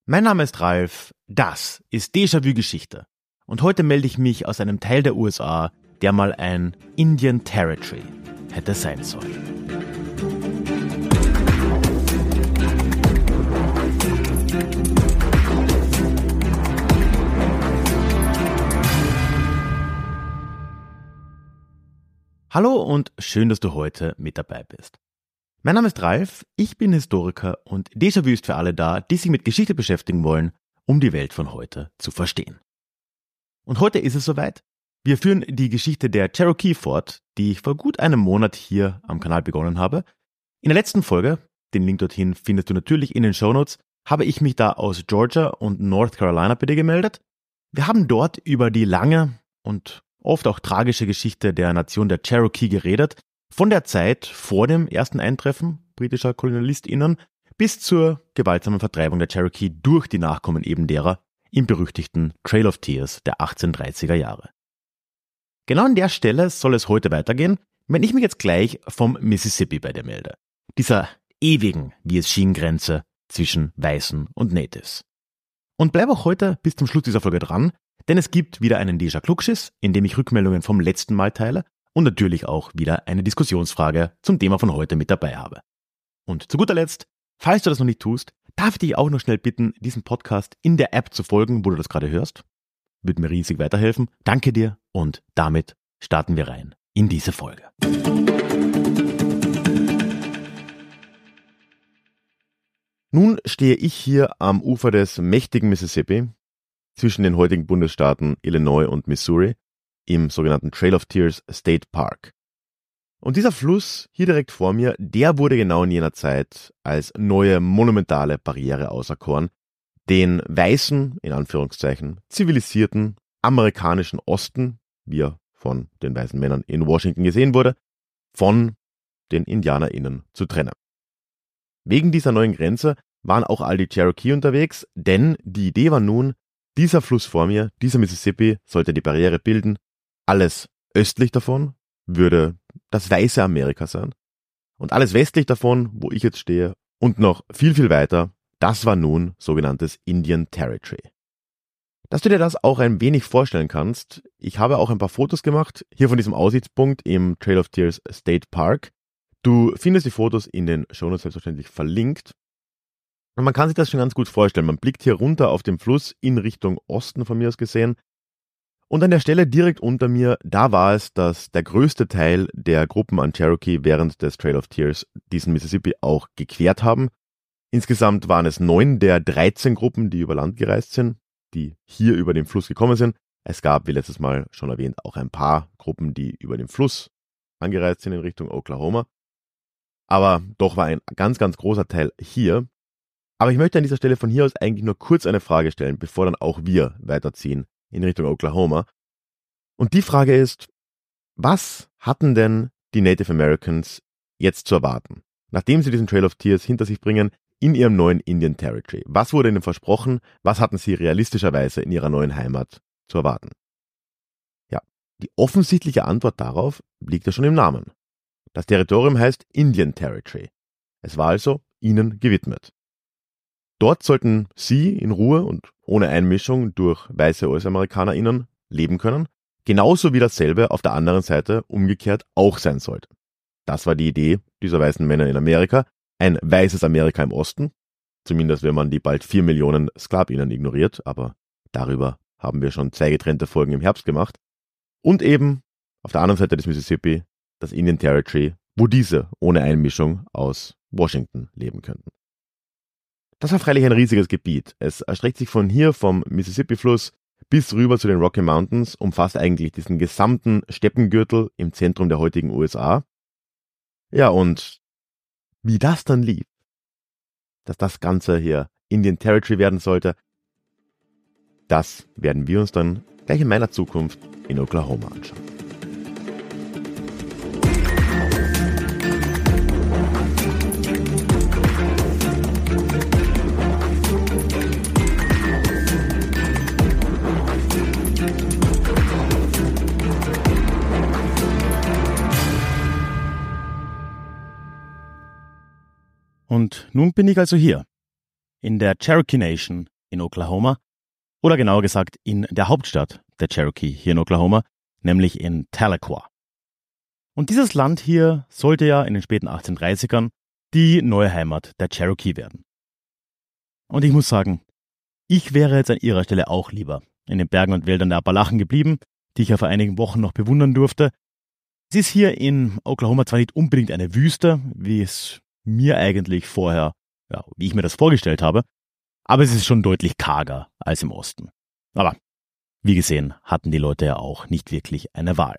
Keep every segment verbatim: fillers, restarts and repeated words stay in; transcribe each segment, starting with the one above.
Mein Name ist Ralf, das ist Déjà-vu Geschichte und heute melde ich mich aus einem Teil der U S A, der mal ein Indian Territory hätte sein sollen. Hallo und schön, dass du heute mit dabei bist. Mein Name ist Ralf, ich bin Historiker und Déjà-vu ist für alle da, die sich mit Geschichte beschäftigen wollen, um die Welt von heute zu verstehen. Und heute ist es soweit. Wir führen die Geschichte der Cherokee fort, die ich vor gut einem Monat hier am Kanal begonnen habe. In der letzten Folge, den Link dorthin findest du natürlich in den Shownotes, habe ich mich da aus Georgia und North Carolina bei dir gemeldet. Wir haben dort über die lange und oft auch tragische Geschichte der Nation der Cherokee geredet, von der Zeit vor dem ersten Eintreffen britischer KolonialistInnen bis zur gewaltsamen Vertreibung der Cherokee durch die Nachkommen eben derer im berüchtigten Trail of Tears der achtzehnhundertdreißiger Jahre. Genau an der Stelle soll es heute weitergehen, wenn ich mich jetzt gleich vom Mississippi bei dir melde. Dieser ewigen, wie es schien, Grenze zwischen Weißen und Natives. Und bleib auch heute bis zum Schluss dieser Folge dran, denn es gibt wieder einen Déjà-Klugschiss, in dem ich Rückmeldungen vom letzten Mal teile und natürlich auch wieder eine Diskussionsfrage zum Thema von heute mit dabei habe. Und zu guter Letzt, falls du das noch nicht tust, darf ich dich auch noch schnell bitten, diesem Podcast in der App zu folgen, wo du das gerade hörst. Würde mir riesig weiterhelfen. Danke dir und damit starten wir rein in diese Folge. Nun stehe ich hier am Ufer des mächtigen Mississippi zwischen den heutigen Bundesstaaten Illinois und Missouri im sogenannten Trail of Tears State Park. Und dieser Fluss hier direkt vor mir, der wurde genau in jener Zeit als neue monumentale Barriere auserkoren, den weißen, in Anführungszeichen, zivilisierten amerikanischen Osten, wie er von den weißen Männern in Washington gesehen wurde, von den IndianerInnen zu trennen. Wegen dieser neuen Grenze waren auch all die Cherokee unterwegs, denn die Idee war nun, dieser Fluss vor mir, dieser Mississippi, sollte die Barriere bilden. Alles östlich davon würde das weiße Amerika sein. Und alles westlich davon, wo ich jetzt stehe, und noch viel, viel weiter, das war nun sogenanntes Indian Territory. Dass du dir das auch ein wenig vorstellen kannst, ich habe auch ein paar Fotos gemacht, hier von diesem Aussichtspunkt im Trail of Tears State Park. Du findest die Fotos in den Shownotes selbstverständlich verlinkt. Und man kann sich das schon ganz gut vorstellen. Man blickt hier runter auf den Fluss in Richtung Osten von mir aus gesehen. Und an der Stelle direkt unter mir, da war es, dass der größte Teil der Gruppen an Cherokee während des Trail of Tears diesen Mississippi auch gequert haben. Insgesamt waren es neun der dreizehn Gruppen, die über Land gereist sind, die hier über den Fluss gekommen sind. Es gab, wie letztes Mal schon erwähnt, auch ein paar Gruppen, die über den Fluss angereist sind in Richtung Oklahoma. Aber doch war ein ganz, ganz großer Teil hier. Aber ich möchte an dieser Stelle von hier aus eigentlich nur kurz eine Frage stellen, bevor dann auch wir weiterziehen in Richtung Oklahoma. Und die Frage ist, was hatten denn die Native Americans jetzt zu erwarten, nachdem sie diesen Trail of Tears hinter sich bringen in ihrem neuen Indian Territory? Was wurde ihnen versprochen? Was hatten sie realistischerweise in ihrer neuen Heimat zu erwarten? Ja, die offensichtliche Antwort darauf liegt ja schon im Namen. Das Territorium heißt Indian Territory. Es war also ihnen gewidmet. Dort sollten sie in Ruhe und ohne Einmischung durch weiße U S-AmerikanerInnen leben können, genauso wie dasselbe auf der anderen Seite umgekehrt auch sein sollte. Das war die Idee dieser weißen Männer in Amerika, ein weißes Amerika im Osten, zumindest wenn man die bald vier Millionen SklavInnen ignoriert, aber darüber haben wir schon zwei getrennte Folgen im Herbst gemacht, und eben auf der anderen Seite des Mississippi das Indian Territory, wo diese ohne Einmischung aus Washington leben könnten. Das war freilich ein riesiges Gebiet. Es erstreckt sich von hier vom Mississippi-Fluss bis rüber zu den Rocky Mountains, umfasst eigentlich diesen gesamten Steppengürtel im Zentrum der heutigen U S A. Ja, und wie das dann lief, dass das Ganze hier Indian Territory werden sollte, das werden wir uns dann gleich in meiner Zukunft in Oklahoma anschauen. Und nun bin ich also hier, in der Cherokee Nation in Oklahoma, oder genauer gesagt in der Hauptstadt der Cherokee hier in Oklahoma, nämlich in Tahlequah. Und dieses Land hier sollte ja in den späten achtzehnhundertdreißigern die neue Heimat der Cherokee werden. Und ich muss sagen, ich wäre jetzt an ihrer Stelle auch lieber in den Bergen und Wäldern der Appalachen geblieben, die ich ja vor einigen Wochen noch bewundern durfte. Es ist hier in Oklahoma zwar nicht unbedingt eine Wüste, wie es mir eigentlich vorher, ja, wie ich mir das vorgestellt habe, aber es ist schon deutlich karger als im Osten. Aber wie gesehen hatten die Leute ja auch nicht wirklich eine Wahl.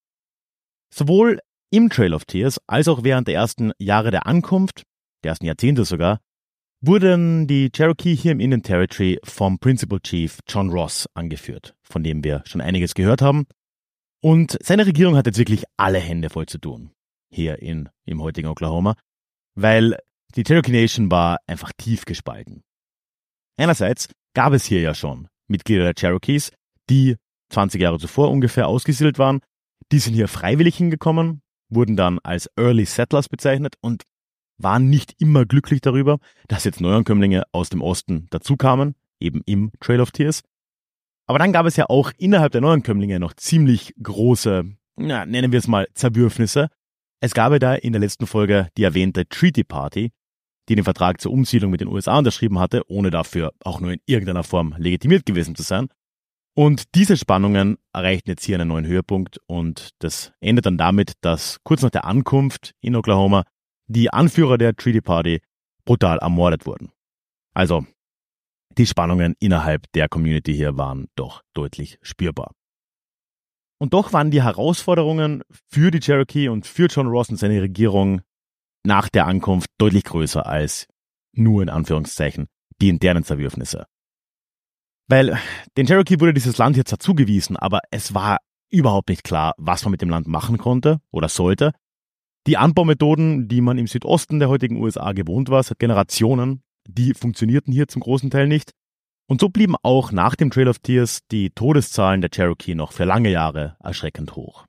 Sowohl im Trail of Tears als auch während der ersten Jahre der Ankunft, der ersten Jahrzehnte sogar, wurden die Cherokee hier im Indian Territory vom Principal Chief John Ross angeführt, von dem wir schon einiges gehört haben. Und seine Regierung hat jetzt wirklich alle Hände voll zu tun, hier in, im heutigen Oklahoma, weil die Cherokee Nation war einfach tief gespalten. Einerseits gab es hier ja schon Mitglieder der Cherokees, die zwanzig Jahre zuvor ungefähr ausgesiedelt waren. Die sind hier freiwillig hingekommen, wurden dann als Early Settlers bezeichnet und waren nicht immer glücklich darüber, dass jetzt Neuankömmlinge aus dem Osten dazukamen, eben im Trail of Tears. Aber dann gab es ja auch innerhalb der Neuankömmlinge noch ziemlich große, na, nennen wir es mal, Zerwürfnisse. Es gab ja da in der letzten Folge die erwähnte Treaty Party, die den Vertrag zur Umsiedlung mit den U S A unterschrieben hatte, ohne dafür auch nur in irgendeiner Form legitimiert gewesen zu sein. Und diese Spannungen erreichten jetzt hier einen neuen Höhepunkt und das endet dann damit, dass kurz nach der Ankunft in Oklahoma die Anführer der Treaty Party brutal ermordet wurden. Also die Spannungen innerhalb der Community hier waren doch deutlich spürbar. Und doch waren die Herausforderungen für die Cherokee und für John Ross und seine Regierung nach der Ankunft deutlich größer als nur in Anführungszeichen die internen Zerwürfnisse. Weil den Cherokee wurde dieses Land jetzt dazugewiesen, aber es war überhaupt nicht klar, was man mit dem Land machen konnte oder sollte. Die Anbaumethoden, die man im Südosten der heutigen U S A gewohnt war, seit Generationen, die funktionierten hier zum großen Teil nicht. Und so blieben auch nach dem Trail of Tears die Todeszahlen der Cherokee noch für lange Jahre erschreckend hoch.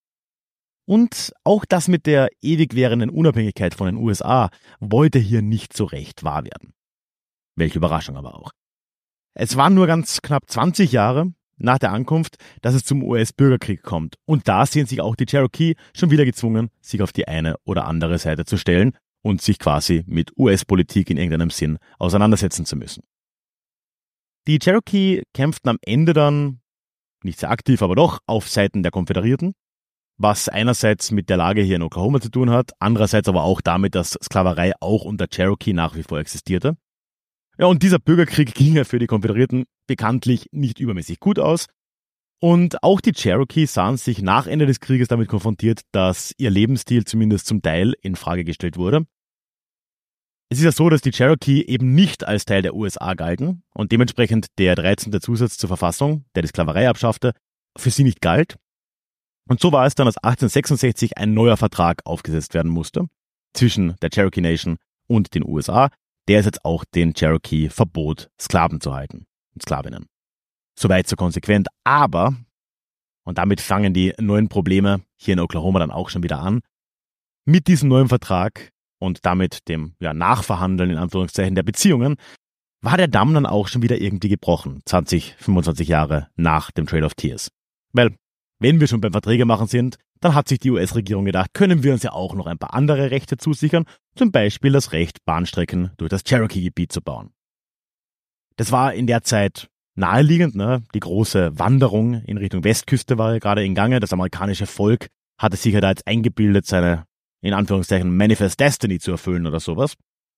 Und auch das mit der ewig währenden Unabhängigkeit von den U S A wollte hier nicht so recht wahr werden. Welche Überraschung aber auch. Es waren nur ganz knapp zwanzig Jahre nach der Ankunft, dass es zum U S-Bürgerkrieg kommt. Und da sehen sich auch die Cherokee schon wieder gezwungen, sich auf die eine oder andere Seite zu stellen und sich quasi mit U S-Politik in irgendeinem Sinn auseinandersetzen zu müssen. Die Cherokee kämpften am Ende dann, nicht sehr aktiv, aber doch, auf Seiten der Konföderierten, was einerseits mit der Lage hier in Oklahoma zu tun hat, andererseits aber auch damit, dass Sklaverei auch unter Cherokee nach wie vor existierte. Ja, und dieser Bürgerkrieg ging ja für die Konföderierten bekanntlich nicht übermäßig gut aus. Und auch die Cherokee sahen sich nach Ende des Krieges damit konfrontiert, dass ihr Lebensstil zumindest zum Teil in Frage gestellt wurde. Es ist ja so, dass die Cherokee eben nicht als Teil der U S A galten und dementsprechend der dreizehnte Zusatz zur Verfassung, der die Sklaverei abschaffte, für sie nicht galt. Und so war es dann, dass achtzehnhundertsechsundsechzig ein neuer Vertrag aufgesetzt werden musste zwischen der Cherokee Nation und den U S A, der es jetzt auch den Cherokee verbot, Sklaven zu halten und Sklavinnen. Soweit so konsequent, aber, und damit fangen die neuen Probleme hier in Oklahoma dann auch schon wieder an, mit diesem neuen Vertrag und damit dem ja, Nachverhandeln in Anführungszeichen der Beziehungen, war der Damm dann auch schon wieder irgendwie gebrochen, zwanzig, fünfundzwanzig Jahre nach dem Trail of Tears. Weil, wenn wir schon beim Verträge machen sind, dann hat sich die U S-Regierung gedacht, können wir uns ja auch noch ein paar andere Rechte zusichern, zum Beispiel das Recht, Bahnstrecken durch das Cherokee-Gebiet zu bauen. Das war in der Zeit naheliegend, ne? Die große Wanderung in Richtung Westküste war ja gerade in Gange, das amerikanische Volk hatte sich ja da jetzt eingebildet, seine, in Anführungszeichen, Manifest Destiny zu erfüllen oder sowas.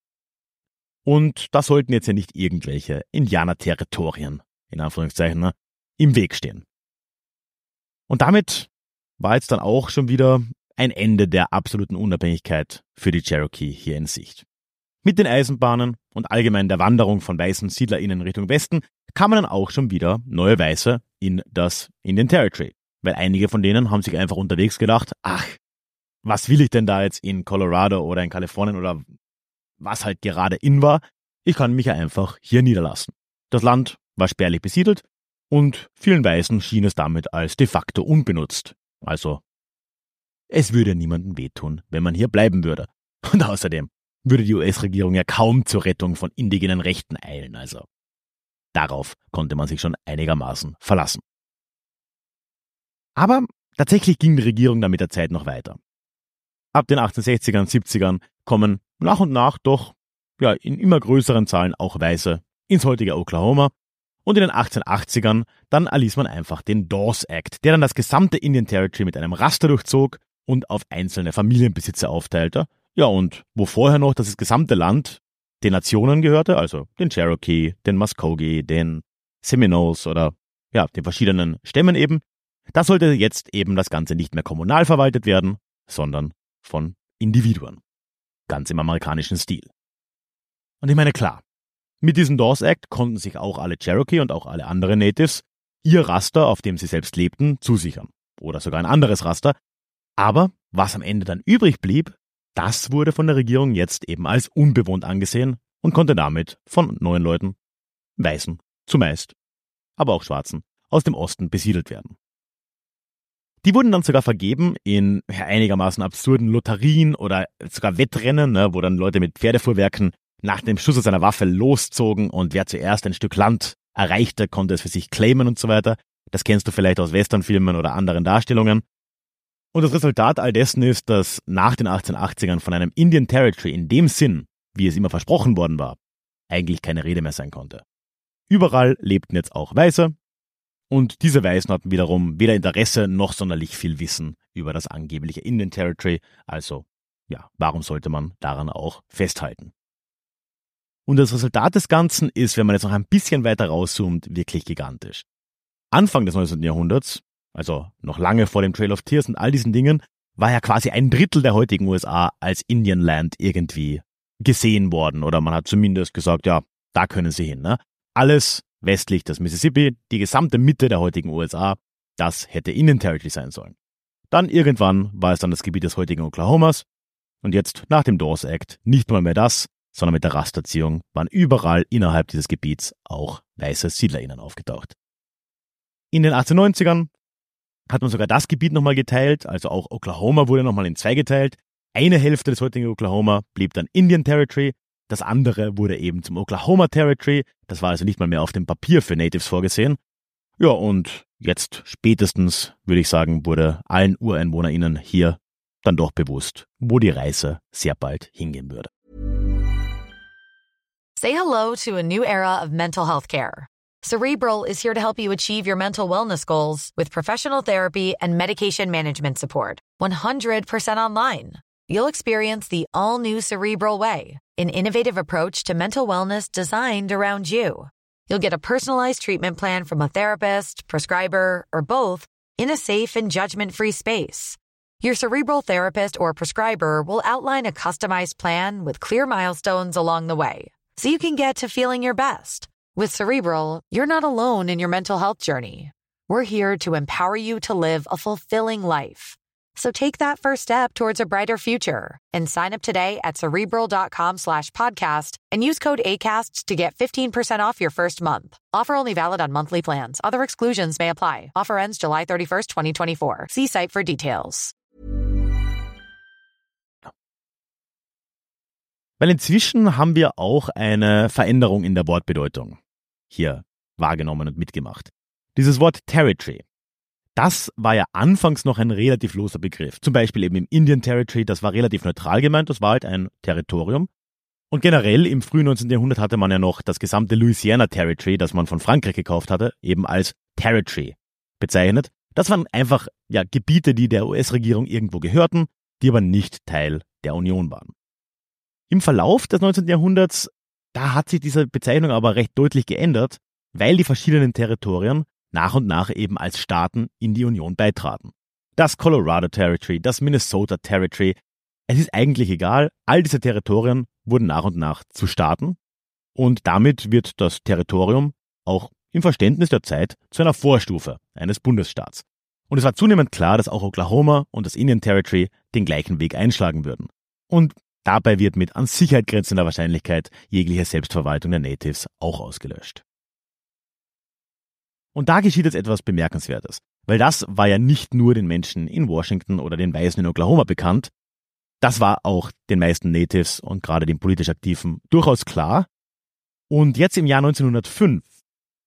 Und da sollten jetzt ja nicht irgendwelche Indianer-Territorien, in Anführungszeichen, ne, im Weg stehen. Und damit war jetzt dann auch schon wieder ein Ende der absoluten Unabhängigkeit für die Cherokee hier in Sicht. Mit den Eisenbahnen und allgemein der Wanderung von weißen SiedlerInnen Richtung Westen kamen dann auch schon wieder neue Weiße in das Indian Territory. Weil einige von denen haben sich einfach unterwegs gedacht, ach, was will ich denn da jetzt in Colorado oder in Kalifornien oder was halt gerade in war? Ich kann mich ja einfach hier niederlassen. Das Land war spärlich besiedelt und vielen Weißen schien es damit als de facto unbenutzt. Also, es würde niemandem wehtun, wenn man hier bleiben würde. Und außerdem würde die U S-Regierung ja kaum zur Rettung von indigenen Rechten eilen, also. Darauf konnte man sich schon einigermaßen verlassen. Aber tatsächlich ging die Regierung dann mit der Zeit noch weiter. Ab den achtzehnhundertsechzigern, siebzigern kommen nach und nach doch ja, in immer größeren Zahlen auch Weiße ins heutige Oklahoma. Und in den achtzehnhundertachtzigern dann erließ man einfach den Dawes Act, der dann das gesamte Indian Territory mit einem Raster durchzog und auf einzelne Familienbesitzer aufteilte. Ja, und wo vorher noch das gesamte Land den Nationen gehörte, also den Cherokee, den Muskogee, den Seminoles oder ja, den verschiedenen Stämmen eben, da sollte jetzt eben das Ganze nicht mehr kommunal verwaltet werden, sondern von Individuen. Ganz im amerikanischen Stil. Und ich meine, klar, mit diesem Dawes Act konnten sich auch alle Cherokee und auch alle anderen Natives ihr Raster, auf dem sie selbst lebten, zusichern. Oder sogar ein anderes Raster. Aber was am Ende dann übrig blieb, das wurde von der Regierung jetzt eben als unbewohnt angesehen und konnte damit von neuen Leuten, Weißen zumeist, aber auch Schwarzen, aus dem Osten besiedelt werden. Die wurden dann sogar vergeben in einigermaßen absurden Lotterien oder sogar Wettrennen, ne, wo dann Leute mit Pferdefuhrwerken nach dem Schuss aus einer Waffe loszogen und wer zuerst ein Stück Land erreichte, konnte es für sich claimen und so weiter. Das kennst du vielleicht aus Westernfilmen oder anderen Darstellungen. Und das Resultat all dessen ist, dass nach den achtzehnhundertachtzigern von einem Indian Territory in dem Sinn, wie es immer versprochen worden war, eigentlich keine Rede mehr sein konnte. Überall lebten jetzt auch Weiße und diese Weißen hatten wiederum weder Interesse noch sonderlich viel Wissen über das angebliche Indian Territory, also ja, warum sollte man daran auch festhalten? Und das Resultat des Ganzen ist, wenn man jetzt noch ein bisschen weiter rauszoomt, wirklich gigantisch. Anfang des neunzehnten Jahrhunderts, also noch lange vor dem Trail of Tears und all diesen Dingen, war ja quasi ein Drittel der heutigen U S A als Indian Land irgendwie gesehen worden. Oder man hat zumindest gesagt, ja, da können sie hin. Ne? Alles westlich des Mississippi, die gesamte Mitte der heutigen U S A, das hätte Indian Territory sein sollen. Dann irgendwann war es dann das Gebiet des heutigen Oklahomas. Und jetzt, nach dem Dawes Act, nicht mal mehr das, sondern mit der Rasterziehung waren überall innerhalb dieses Gebiets auch weiße SiedlerInnen aufgetaucht. In den achtzehnhundertneunzigern hat man sogar das Gebiet nochmal geteilt, also auch Oklahoma wurde nochmal in zwei geteilt. Eine Hälfte des heutigen Oklahoma blieb dann Indian Territory, das andere wurde eben zum Oklahoma Territory, das war also nicht mal mehr auf dem Papier für Natives vorgesehen. Ja, und jetzt spätestens, würde ich sagen, wurde allen UreinwohnerInnen hier dann doch bewusst, wo die Reise sehr bald hingehen würde. Say hello to a new era of mental health care. Cerebral is here to help you achieve your mental wellness goals with professional therapy and medication management support. one hundred percent online. You'll experience the all-new Cerebral Way, an innovative approach to mental wellness designed around you. You'll get a personalized treatment plan from a therapist, prescriber, or both in a safe and judgment-free space. Your Cerebral therapist or prescriber will outline a customized plan with clear milestones along the way, so you can get to feeling your best. With Cerebral, you're not alone in your mental health journey. We're here to empower you to live a fulfilling life. So take that first step towards a brighter future and sign up today at Cerebral.com slash podcast and use code ACAST to get fifteen percent off your first month. Offer only valid on monthly plans. Other exclusions may apply. Offer ends July thirty-first, twenty twenty-four. See site for details. Weil inzwischen haben wir auch eine Veränderung in der Wortbedeutung hier wahrgenommen und mitgemacht. Dieses Wort Territory, das war ja anfangs noch ein relativ loser Begriff. Zum Beispiel eben im Indian Territory, das war relativ neutral gemeint, das war halt ein Territorium. Und generell im frühen neunzehnten Jahrhundert hatte man ja noch das gesamte Louisiana Territory, das man von Frankreich gekauft hatte, eben als Territory bezeichnet. Das waren einfach ja Gebiete, die der U S-Regierung irgendwo gehörten, die aber nicht Teil der Union waren. Im Verlauf des neunzehnten Jahrhunderts, da hat sich diese Bezeichnung aber recht deutlich geändert, weil die verschiedenen Territorien nach und nach eben als Staaten in die Union beitraten. Das Colorado Territory, das Minnesota Territory, es ist eigentlich egal, all diese Territorien wurden nach und nach zu Staaten und damit wird das Territorium auch im Verständnis der Zeit zu einer Vorstufe eines Bundesstaats. Und es war zunehmend klar, dass auch Oklahoma und das Indian Territory den gleichen Weg einschlagen würden. Und dabei wird mit an Sicherheit grenzender Wahrscheinlichkeit jegliche Selbstverwaltung der Natives auch ausgelöscht. Und da geschieht jetzt etwas Bemerkenswertes, weil das war ja nicht nur den Menschen in Washington oder den Weißen in Oklahoma bekannt, das war auch den meisten Natives und gerade den politisch Aktiven durchaus klar. Und jetzt im Jahr neunzehnhundertfünf,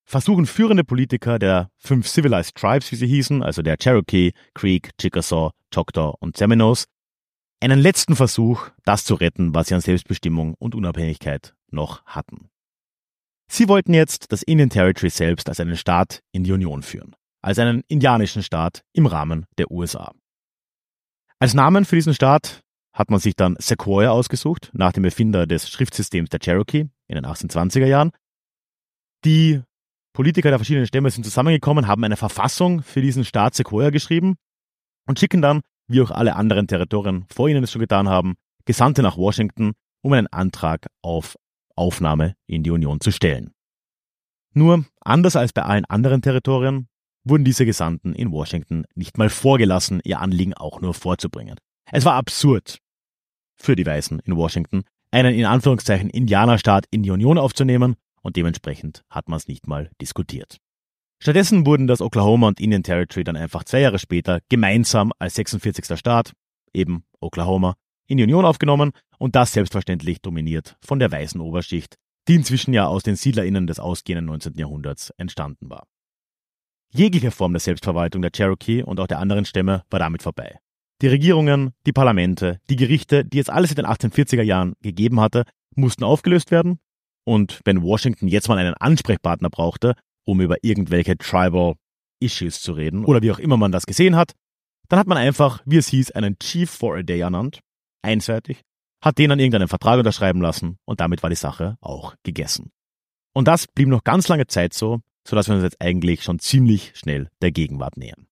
versuchen führende Politiker der fünf Civilized Tribes, wie sie hießen, also der Cherokee, Creek, Chickasaw, Choctaw und Seminoles, einen letzten Versuch, das zu retten, was sie an Selbstbestimmung und Unabhängigkeit noch hatten. Sie wollten jetzt das Indian Territory selbst als einen Staat in die Union führen, als einen indianischen Staat im Rahmen der U S A. Als Namen für diesen Staat hat man sich dann Sequoyah ausgesucht, nach dem Erfinder des Schriftsystems der Cherokee in den achtzehnhundertzwanziger Jahren. Die Politiker der verschiedenen Stämme sind zusammengekommen, haben eine Verfassung für diesen Staat Sequoyah geschrieben und schicken dann, wie auch alle anderen Territorien vor ihnen es schon getan haben, Gesandte nach Washington, um einen Antrag auf Aufnahme in die Union zu stellen. Nur, anders als bei allen anderen Territorien, wurden diese Gesandten in Washington nicht mal vorgelassen, ihr Anliegen auch nur vorzubringen. Es war absurd für die Weißen in Washington, einen in Anführungszeichen Indianerstaat in die Union aufzunehmen, und dementsprechend hat man es nicht mal diskutiert. Stattdessen wurden das Oklahoma und Indian Territory dann einfach zwei Jahre später gemeinsam als sechsundvierzigster Staat, eben Oklahoma, in die Union aufgenommen und das selbstverständlich dominiert von der weißen Oberschicht, die inzwischen ja aus den SiedlerInnen des ausgehenden neunzehnten Jahrhunderts entstanden war. Jegliche Form der Selbstverwaltung der Cherokee und auch der anderen Stämme war damit vorbei. Die Regierungen, die Parlamente, die Gerichte, die es alles in den achtzehnhundertvierziger Jahren gegeben hatte, mussten aufgelöst werden. Und wenn Washington jetzt mal einen Ansprechpartner brauchte, um über irgendwelche Tribal Issues zu reden oder wie auch immer man das gesehen hat, dann hat man einfach, wie es hieß, einen Chief for a Day ernannt, einseitig, hat den an irgendeinen Vertrag unterschreiben lassen und damit war die Sache auch gegessen. Und das blieb noch ganz lange Zeit so, sodass wir uns jetzt eigentlich schon ziemlich schnell der Gegenwart nähern.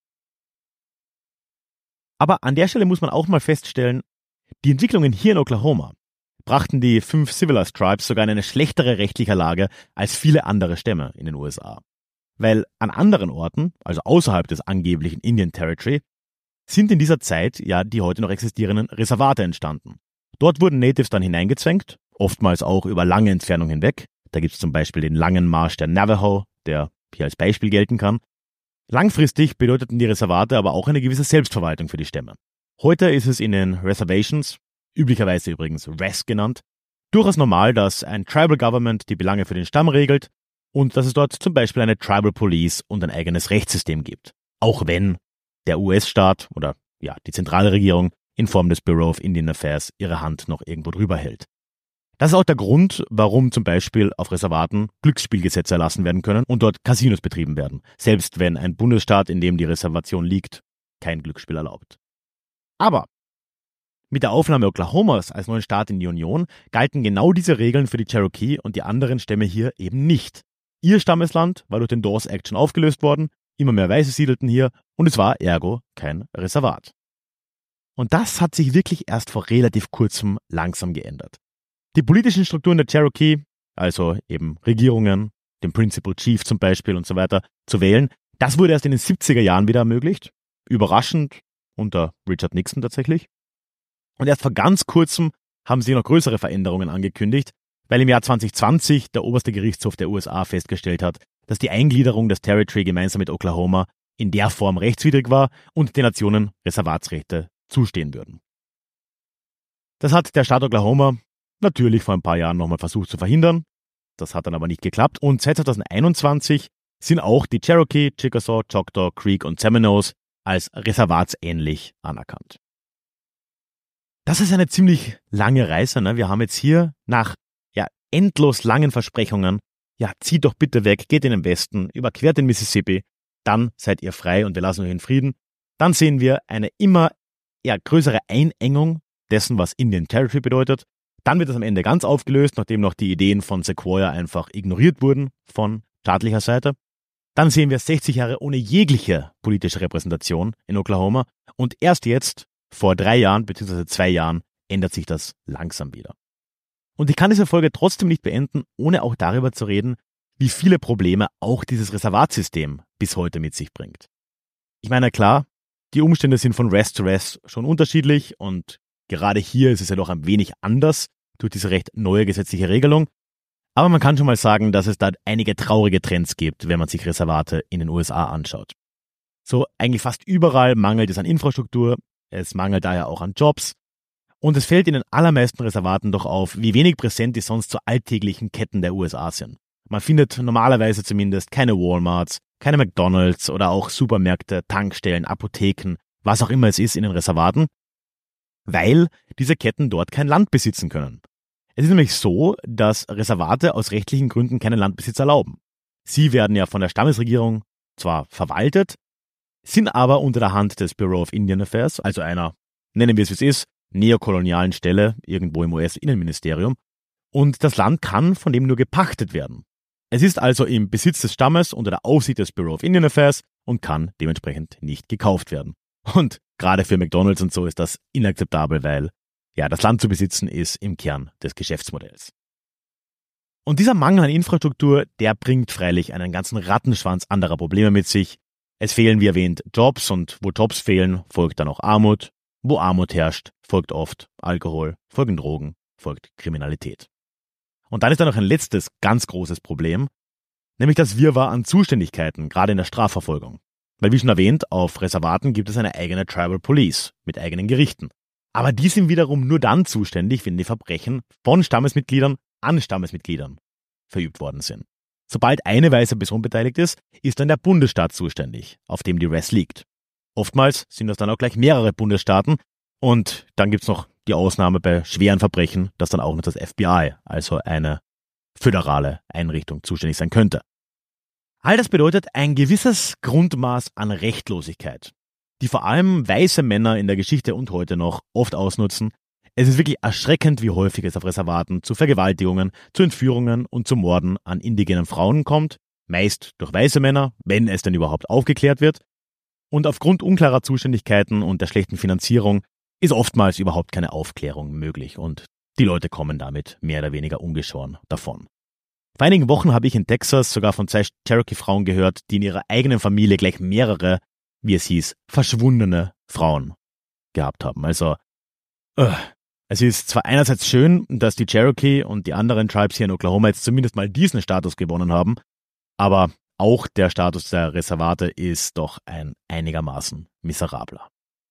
Aber an der Stelle muss man auch mal feststellen, die Entwicklungen hier in Oklahoma brachten die fünf Civilized Tribes sogar in eine schlechtere rechtliche Lage als viele andere Stämme in den U S A. Weil an anderen Orten, also außerhalb des angeblichen Indian Territory, sind in dieser Zeit ja die heute noch existierenden Reservate entstanden. Dort wurden Natives dann hineingezwängt, oftmals auch über lange Entfernungen hinweg. Da gibt es zum Beispiel den langen Marsch der Navajo, der hier als Beispiel gelten kann. Langfristig bedeuteten die Reservate aber auch eine gewisse Selbstverwaltung für die Stämme. Heute ist es in den Reservations, üblicherweise übrigens Res genannt, durchaus normal, dass ein Tribal Government die Belange für den Stamm regelt und dass es dort zum Beispiel eine Tribal Police und ein eigenes Rechtssystem gibt. Auch wenn der U S-Staat oder ja die Zentralregierung in Form des Bureau of Indian Affairs ihre Hand noch irgendwo drüber hält. Das ist auch der Grund, warum zum Beispiel auf Reservaten Glücksspielgesetze erlassen werden können und dort Casinos betrieben werden, selbst wenn ein Bundesstaat, in dem die Reservation liegt, kein Glücksspiel erlaubt. Aber mit der Aufnahme Oklahomas als neuen Staat in die Union galten genau diese Regeln für die Cherokee und die anderen Stämme hier eben nicht. Ihr Stammesland war durch den Dawes Act schon aufgelöst worden, immer mehr Weiße siedelten hier und es war ergo kein Reservat. Und das hat sich wirklich erst vor relativ kurzem langsam geändert. Die politischen Strukturen der Cherokee, also eben Regierungen, den Principal Chief zum Beispiel und so weiter, zu wählen, das wurde erst in den siebziger Jahren wieder ermöglicht. Überraschend unter Richard Nixon tatsächlich. Und erst vor ganz kurzem haben sie noch größere Veränderungen angekündigt, weil im Jahr zwanzig zwanzig der oberste Gerichtshof der U S A festgestellt hat, dass die Eingliederung des Territory gemeinsam mit Oklahoma in der Form rechtswidrig war und den Nationen Reservatsrechte zustehen würden. Das hat der Staat Oklahoma natürlich vor ein paar Jahren nochmal versucht zu verhindern. Das hat dann aber nicht geklappt. Und seit zwanzig einundzwanzig sind auch die Cherokee, Chickasaw, Choctaw, Creek und Seminoles als reservatsähnlich anerkannt. Das ist eine ziemlich lange Reise. Ne? Wir haben jetzt hier nach ja, endlos langen Versprechungen, ja, zieht doch bitte weg, geht in den Westen, überquert den Mississippi, dann seid ihr frei und wir lassen euch in Frieden. Dann sehen wir eine immer ja, größere Einengung dessen, was Indian Territory bedeutet. Dann wird es am Ende ganz aufgelöst, nachdem noch die Ideen von Sequoyah einfach ignoriert wurden von staatlicher Seite. Dann sehen wir sechzig Jahre ohne jegliche politische Repräsentation in Oklahoma und erst jetzt, vor drei Jahren bzw. zwei Jahren, ändert sich das langsam wieder. Und ich kann diese Folge trotzdem nicht beenden, ohne auch darüber zu reden, wie viele Probleme auch dieses Reservatsystem bis heute mit sich bringt. Ich meine, klar, die Umstände sind von Res zu Res schon unterschiedlich und gerade hier ist es ja doch ein wenig anders durch diese recht neue gesetzliche Regelung. Aber man kann schon mal sagen, dass es da einige traurige Trends gibt, wenn man sich Reservate in den U S A anschaut. So eigentlich fast überall mangelt es an Infrastruktur, es mangelt daher auch an Jobs und es fällt in den allermeisten Reservaten doch auf, wie wenig präsent die sonst so alltäglichen Ketten der U S A sind. Man findet normalerweise zumindest keine Walmarts, keine McDonalds oder auch Supermärkte, Tankstellen, Apotheken, was auch immer es ist in den Reservaten, weil diese Ketten dort kein Land besitzen können. Es ist nämlich so, dass Reservate aus rechtlichen Gründen keinen Landbesitz erlauben. Sie werden ja von der Stammesregierung zwar verwaltet, sind aber unter der Hand des Bureau of Indian Affairs, also einer, nennen wir es wie es ist, neokolonialen Stelle irgendwo im U S-Innenministerium, und das Land kann von dem nur gepachtet werden. Es ist also im Besitz des Stammes unter der Aufsicht des Bureau of Indian Affairs und kann dementsprechend nicht gekauft werden. Und gerade für McDonalds und so ist das inakzeptabel, weil ja, das Land zu besitzen ist im Kern des Geschäftsmodells. Und dieser Mangel an Infrastruktur, der bringt freilich einen ganzen Rattenschwanz anderer Probleme mit sich. Es fehlen, wie erwähnt, Jobs, und wo Jobs fehlen, folgt dann auch Armut. Wo Armut herrscht, folgt oft Alkohol, folgen Drogen, folgt Kriminalität. Und dann ist da noch ein letztes ganz großes Problem, nämlich das Wirrwarr an Zuständigkeiten, gerade in der Strafverfolgung. Weil, wie schon erwähnt, auf Reservaten gibt es eine eigene Tribal Police mit eigenen Gerichten. Aber die sind wiederum nur dann zuständig, wenn die Verbrechen von Stammesmitgliedern an Stammesmitgliedern verübt worden sind. Sobald eine weiße Person beteiligt ist, ist dann der Bundesstaat zuständig, auf dem die Res liegt. Oftmals sind das dann auch gleich mehrere Bundesstaaten, und dann gibt's noch die Ausnahme bei schweren Verbrechen, dass dann auch noch das F B I, also eine föderale Einrichtung, zuständig sein könnte. All das bedeutet ein gewisses Grundmaß an Rechtlosigkeit, die vor allem weiße Männer in der Geschichte und heute noch oft ausnutzen. Es ist wirklich erschreckend, wie häufig es auf Reservaten zu Vergewaltigungen, zu Entführungen und zu Morden an indigenen Frauen kommt, meist durch weiße Männer, wenn es denn überhaupt aufgeklärt wird. Und aufgrund unklarer Zuständigkeiten und der schlechten Finanzierung ist oftmals überhaupt keine Aufklärung möglich, und die Leute kommen damit mehr oder weniger ungeschoren davon. Vor einigen Wochen habe ich in Texas sogar von zwei Cherokee-Frauen gehört, die in ihrer eigenen Familie gleich mehrere, wie es hieß, verschwundene Frauen gehabt haben. Also, uh, es ist zwar einerseits schön, dass die Cherokee und die anderen Tribes hier in Oklahoma jetzt zumindest mal diesen Status gewonnen haben, aber auch der Status der Reservate ist doch ein einigermaßen miserabler.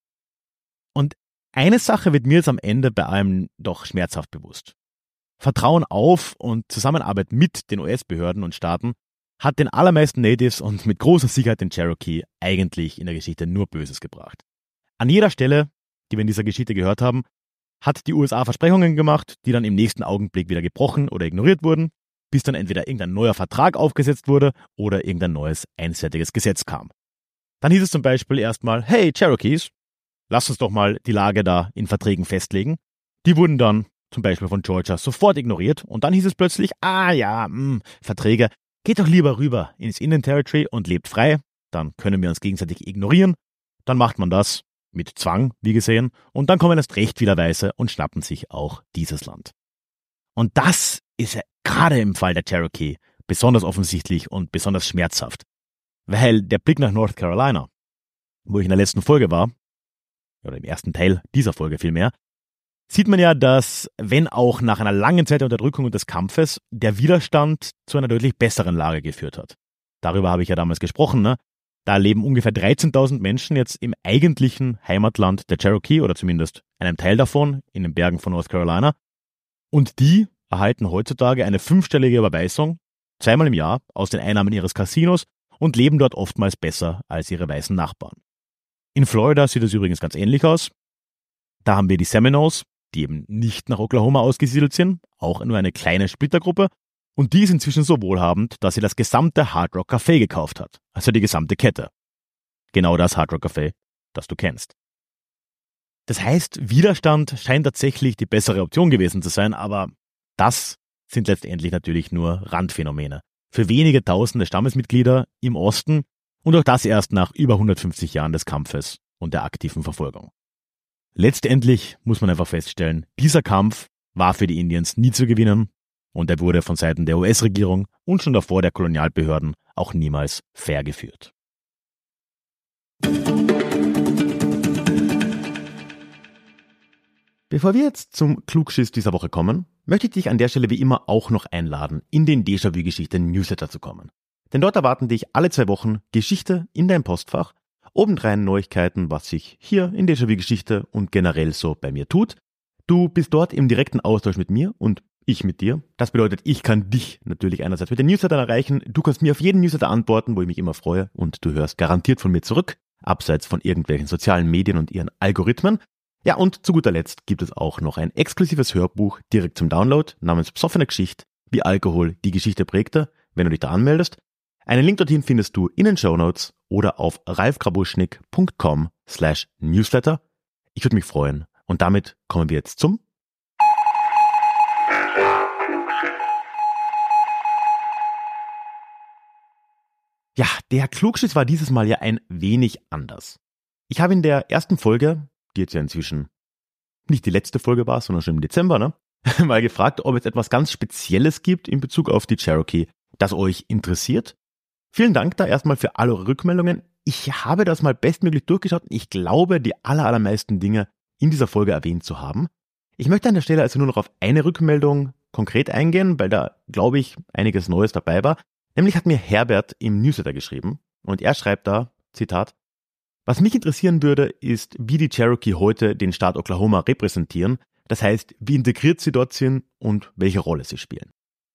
Und eine Sache wird mir jetzt am Ende bei allem doch schmerzhaft bewusst. Vertrauen auf und Zusammenarbeit mit den U S-Behörden und Staaten hat den allermeisten Natives und mit großer Sicherheit den Cherokee eigentlich in der Geschichte nur Böses gebracht. An jeder Stelle, die wir in dieser Geschichte gehört haben, hat die U S A Versprechungen gemacht, die dann im nächsten Augenblick wieder gebrochen oder ignoriert wurden, bis dann entweder irgendein neuer Vertrag aufgesetzt wurde oder irgendein neues einseitiges Gesetz kam. Dann hieß es zum Beispiel erstmal, hey Cherokees, lasst uns doch mal die Lage da in Verträgen festlegen. Die wurden dann zum Beispiel von Georgia sofort ignoriert, und dann hieß es plötzlich, ah ja, mh, Verträge, geht doch lieber rüber ins Indian Territory und lebt frei, dann können wir uns gegenseitig ignorieren. Dann macht man das mit Zwang, wie gesehen, und dann kommen erst recht wieder Weiße und schnappen sich auch dieses Land. Und das ist ja gerade im Fall der Cherokee besonders offensichtlich und besonders schmerzhaft, weil der Blick nach North Carolina, wo ich in der letzten Folge war, oder im ersten Teil dieser Folge vielmehr, sieht man ja, dass, wenn auch nach einer langen Zeit der Unterdrückung und des Kampfes, der Widerstand zu einer deutlich besseren Lage geführt hat. Darüber habe ich ja damals gesprochen, ne? Da leben ungefähr dreizehntausend Menschen jetzt im eigentlichen Heimatland der Cherokee, oder zumindest einem Teil davon, in den Bergen von North Carolina. Und die erhalten heutzutage eine fünfstellige Überweisung, zweimal im Jahr, aus den Einnahmen ihres Casinos und leben dort oftmals besser als ihre weißen Nachbarn. In Florida sieht es übrigens ganz ähnlich aus. Da haben wir die Seminoles, die eben nicht nach Oklahoma ausgesiedelt sind, auch nur eine kleine Splittergruppe, und die ist inzwischen so wohlhabend, dass sie das gesamte Hard Rock Café gekauft hat, also die gesamte Kette. Genau das Hard Rock Café, das du kennst. Das heißt, Widerstand scheint tatsächlich die bessere Option gewesen zu sein, aber das sind letztendlich natürlich nur Randphänomene. Für wenige tausende Stammesmitglieder im Osten, und auch das erst nach über hundertfünfzig Jahren des Kampfes und der aktiven Verfolgung. Letztendlich muss man einfach feststellen, dieser Kampf war für die Indians nie zu gewinnen, und er wurde von Seiten der U S-Regierung und schon davor der Kolonialbehörden auch niemals fair geführt. Bevor wir jetzt zum Klugschiss dieser Woche kommen, möchte ich dich an der Stelle wie immer auch noch einladen, in den Déjà-vu-Geschichte-Newsletter zu kommen. Denn dort erwarten dich alle zwei Wochen Geschichte in dein Postfach, obendrein Neuigkeiten, was sich hier in Déjà-vu-Geschichte und generell so bei mir tut. Du bist dort im direkten Austausch mit mir und ich mit dir. Das bedeutet, ich kann dich natürlich einerseits mit den Newslettern erreichen. Du kannst mir auf jeden Newsletter antworten, wo ich mich immer freue. Und du hörst garantiert von mir zurück, abseits von irgendwelchen sozialen Medien und ihren Algorithmen. Ja, und zu guter Letzt gibt es auch noch ein exklusives Hörbuch direkt zum Download namens Psoffene Geschichte, wie Alkohol die Geschichte prägte, wenn du dich da anmeldest. Einen Link dorthin findest du in den Shownotes oder auf ralfgrabuschnick.com slash newsletter. Ich würde mich freuen. Und damit kommen wir jetzt zum Ja, der Klugschiss war dieses Mal ja ein wenig anders. Ich habe in der ersten Folge, die jetzt ja inzwischen nicht die letzte Folge war, sondern schon im Dezember, ne, mal gefragt, ob es etwas ganz Spezielles gibt in Bezug auf die Cherokee, das euch interessiert. Vielen Dank da erstmal für alle eure Rückmeldungen. Ich habe das mal bestmöglich durchgeschaut und ich glaube, die aller, allermeisten Dinge in dieser Folge erwähnt zu haben. Ich möchte an der Stelle also nur noch auf eine Rückmeldung konkret eingehen, weil da, glaube ich, einiges Neues dabei war. Nämlich hat mir Herbert im Newsletter geschrieben und er schreibt da, Zitat, was mich interessieren würde, ist, wie die Cherokee heute den Staat Oklahoma repräsentieren, das heißt, wie integriert sie dort sind und welche Rolle sie spielen.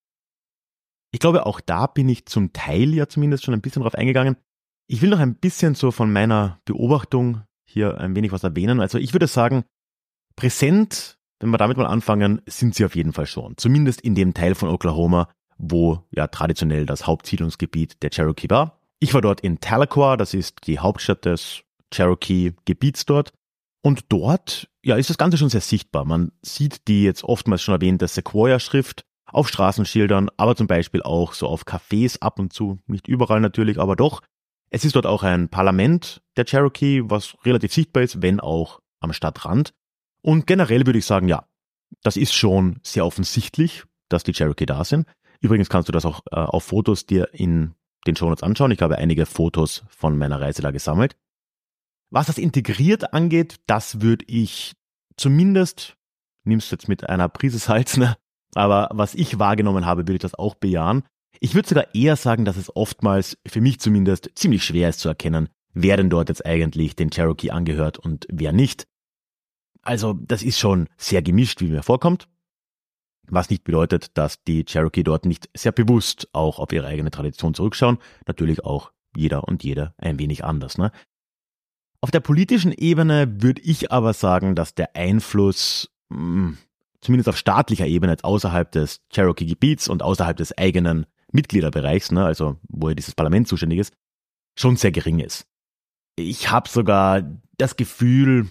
Ich glaube, auch da bin ich zum Teil ja zumindest schon ein bisschen drauf eingegangen. Ich will noch ein bisschen so von meiner Beobachtung hier ein wenig was erwähnen. Also ich würde sagen, präsent, wenn wir damit mal anfangen, sind sie auf jeden Fall schon. Zumindest in dem Teil von Oklahoma, wo ja traditionell das Hauptsiedlungsgebiet der Cherokee war. Ich war dort in Tahlequah, das ist die Hauptstadt des Cherokee-Gebiets dort. Und dort ja, ist das Ganze schon sehr sichtbar. Man sieht die jetzt oftmals schon erwähnte Sequoia-Schrift auf Straßenschildern, aber zum Beispiel auch so auf Cafés ab und zu, nicht überall natürlich, aber doch. Es ist dort auch ein Parlament der Cherokee, was relativ sichtbar ist, wenn auch am Stadtrand. Und generell würde ich sagen, ja, das ist schon sehr offensichtlich, dass die Cherokee da sind. Übrigens kannst du das auch äh, auf Fotos dir in den Shownotes anschauen. Ich habe einige Fotos von meiner Reise da gesammelt. Was das integriert angeht, das würde ich zumindest, nimmst du jetzt mit einer Prise Salz, ne? Aber was ich wahrgenommen habe, würde ich das auch bejahen. Ich würde sogar eher sagen, dass es oftmals, für mich zumindest, ziemlich schwer ist zu erkennen, wer denn dort jetzt eigentlich den Cherokee angehört und wer nicht. Also das ist schon sehr gemischt, wie mir vorkommt. Was nicht bedeutet, dass die Cherokee dort nicht sehr bewusst auch auf ihre eigene Tradition zurückschauen. Natürlich auch jeder und jede ein wenig anders, ne? Auf der politischen Ebene würde ich aber sagen, dass der Einfluss, mh, zumindest auf staatlicher Ebene, jetzt außerhalb des Cherokee-Gebiets und außerhalb des eigenen Mitgliederbereichs, ne, also wo ja dieses Parlament zuständig ist, schon sehr gering ist. Ich habe sogar das Gefühl,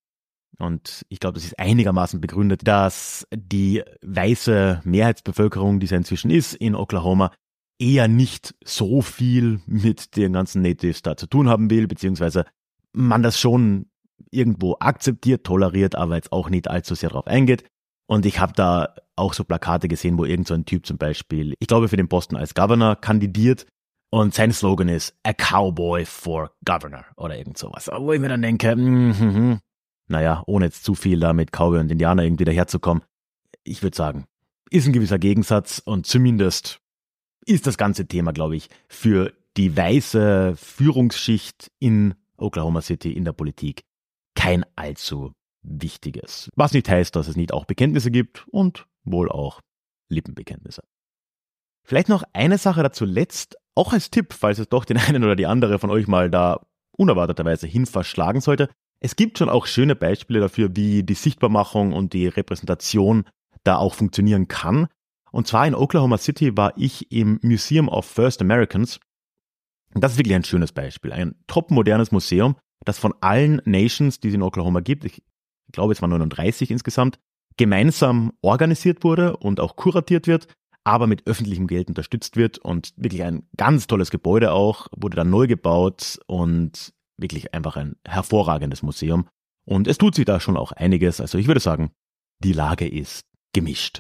und ich glaube, das ist einigermaßen begründet, dass die weiße Mehrheitsbevölkerung, die es ja inzwischen ist in Oklahoma, eher nicht so viel mit den ganzen Natives da zu tun haben will, beziehungsweise man das schon irgendwo akzeptiert, toleriert, aber jetzt auch nicht allzu sehr drauf eingeht. Und ich habe da auch so Plakate gesehen, wo irgend so ein Typ zum Beispiel, ich glaube für den Posten als Governor kandidiert und sein Slogan ist A Cowboy for Governor oder irgend sowas. Wo ich mir dann denke, mm-hmm, naja, ohne jetzt zu viel da mit Cowboy und Indianer irgendwie daherzukommen, ich würde sagen, ist ein gewisser Gegensatz und zumindest ist das ganze Thema, glaube ich, für die weiße Führungsschicht in Oklahoma City in der Politik kein allzu wichtiges. Was nicht heißt, dass es nicht auch Bekenntnisse gibt und wohl auch Lippenbekenntnisse. Vielleicht noch eine Sache dazu letzt, auch als Tipp, falls es doch den einen oder die andere von euch mal da unerwarteterweise hin verschlagen sollte. Es gibt schon auch schöne Beispiele dafür, wie die Sichtbarmachung und die Repräsentation da auch funktionieren kann. Und zwar in Oklahoma City war ich im Museum of First Americans. Und das ist wirklich ein schönes Beispiel. Ein topmodernes Museum, das von allen Nations, die es in Oklahoma gibt, ich glaube es waren neununddreißig insgesamt, gemeinsam organisiert wurde und auch kuratiert wird, aber mit öffentlichem Geld unterstützt wird und wirklich ein ganz tolles Gebäude auch, wurde dann neu gebaut und wirklich einfach ein hervorragendes Museum. Und es tut sich da schon auch einiges. Also ich würde sagen, die Lage ist gemischt.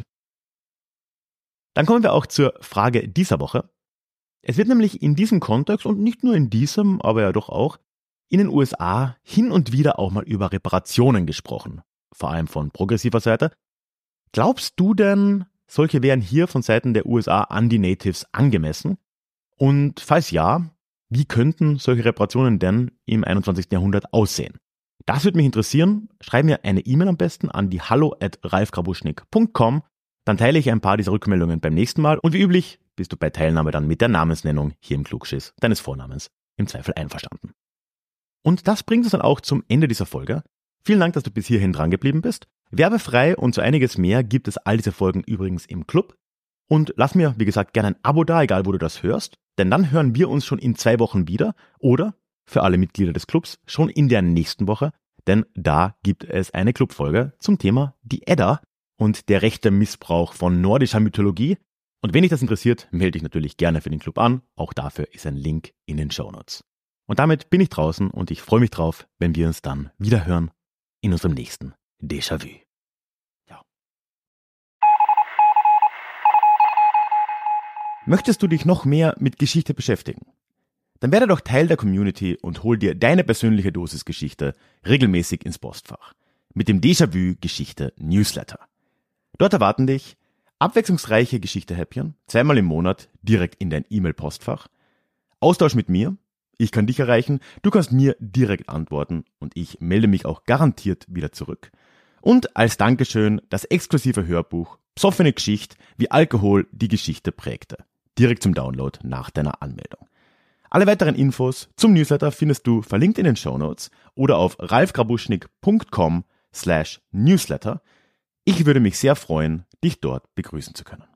Dann kommen wir auch zur Frage dieser Woche. Es wird nämlich in diesem Kontext und nicht nur in diesem, aber ja doch auch, in den U S A hin und wieder auch mal über Reparationen gesprochen, vor allem von progressiver Seite. Glaubst du denn, solche wären hier von Seiten der U S A an die Natives angemessen? Und falls ja, wie könnten solche Reparationen denn im einundzwanzigsten Jahrhundert aussehen? Das würde mich interessieren. Schreib mir eine E-Mail am besten an die hallo at ralfgrabuschnick punkt com Dann teile ich ein paar dieser Rückmeldungen beim nächsten Mal und wie üblich bist du bei Teilnahme dann mit der Namensnennung hier im Klugschiss deines Vornamens im Zweifel einverstanden. Und das bringt uns dann auch zum Ende dieser Folge. Vielen Dank, dass du bis hierhin dran geblieben bist. Werbefrei und so einiges mehr gibt es all diese Folgen übrigens im Club. Und lass mir, wie gesagt, gerne ein Abo da, egal wo du das hörst, denn dann hören wir uns schon in zwei Wochen wieder oder für alle Mitglieder des Clubs schon in der nächsten Woche, denn da gibt es eine Clubfolge zum Thema die Edda und der rechte Missbrauch von nordischer Mythologie. Und wenn dich das interessiert, melde dich natürlich gerne für den Club an. Auch dafür ist ein Link in den Shownotes. Und damit bin ich draußen und ich freue mich drauf, wenn wir uns dann wieder hören in unserem nächsten Déjà-vu. Ja. Möchtest du dich noch mehr mit Geschichte beschäftigen? Dann werde doch Teil der Community und hol dir deine persönliche Dosis Geschichte regelmäßig ins Postfach. Mit dem Déjà-vu Geschichte Newsletter. Dort erwarten dich abwechslungsreiche Geschichte-Häppchen, zweimal im Monat direkt in dein E-Mail-Postfach. Austausch mit mir, ich kann dich erreichen, du kannst mir direkt antworten und ich melde mich auch garantiert wieder zurück. Und als Dankeschön das exklusive Hörbuch Psoffene Geschichte, wie Alkohol die Geschichte prägte. Direkt zum Download nach deiner Anmeldung. Alle weiteren Infos zum Newsletter findest du verlinkt in den Shownotes oder auf ralfgrabuschnik punkt com slash newsletter. Ich würde mich sehr freuen, dich dort begrüßen zu können.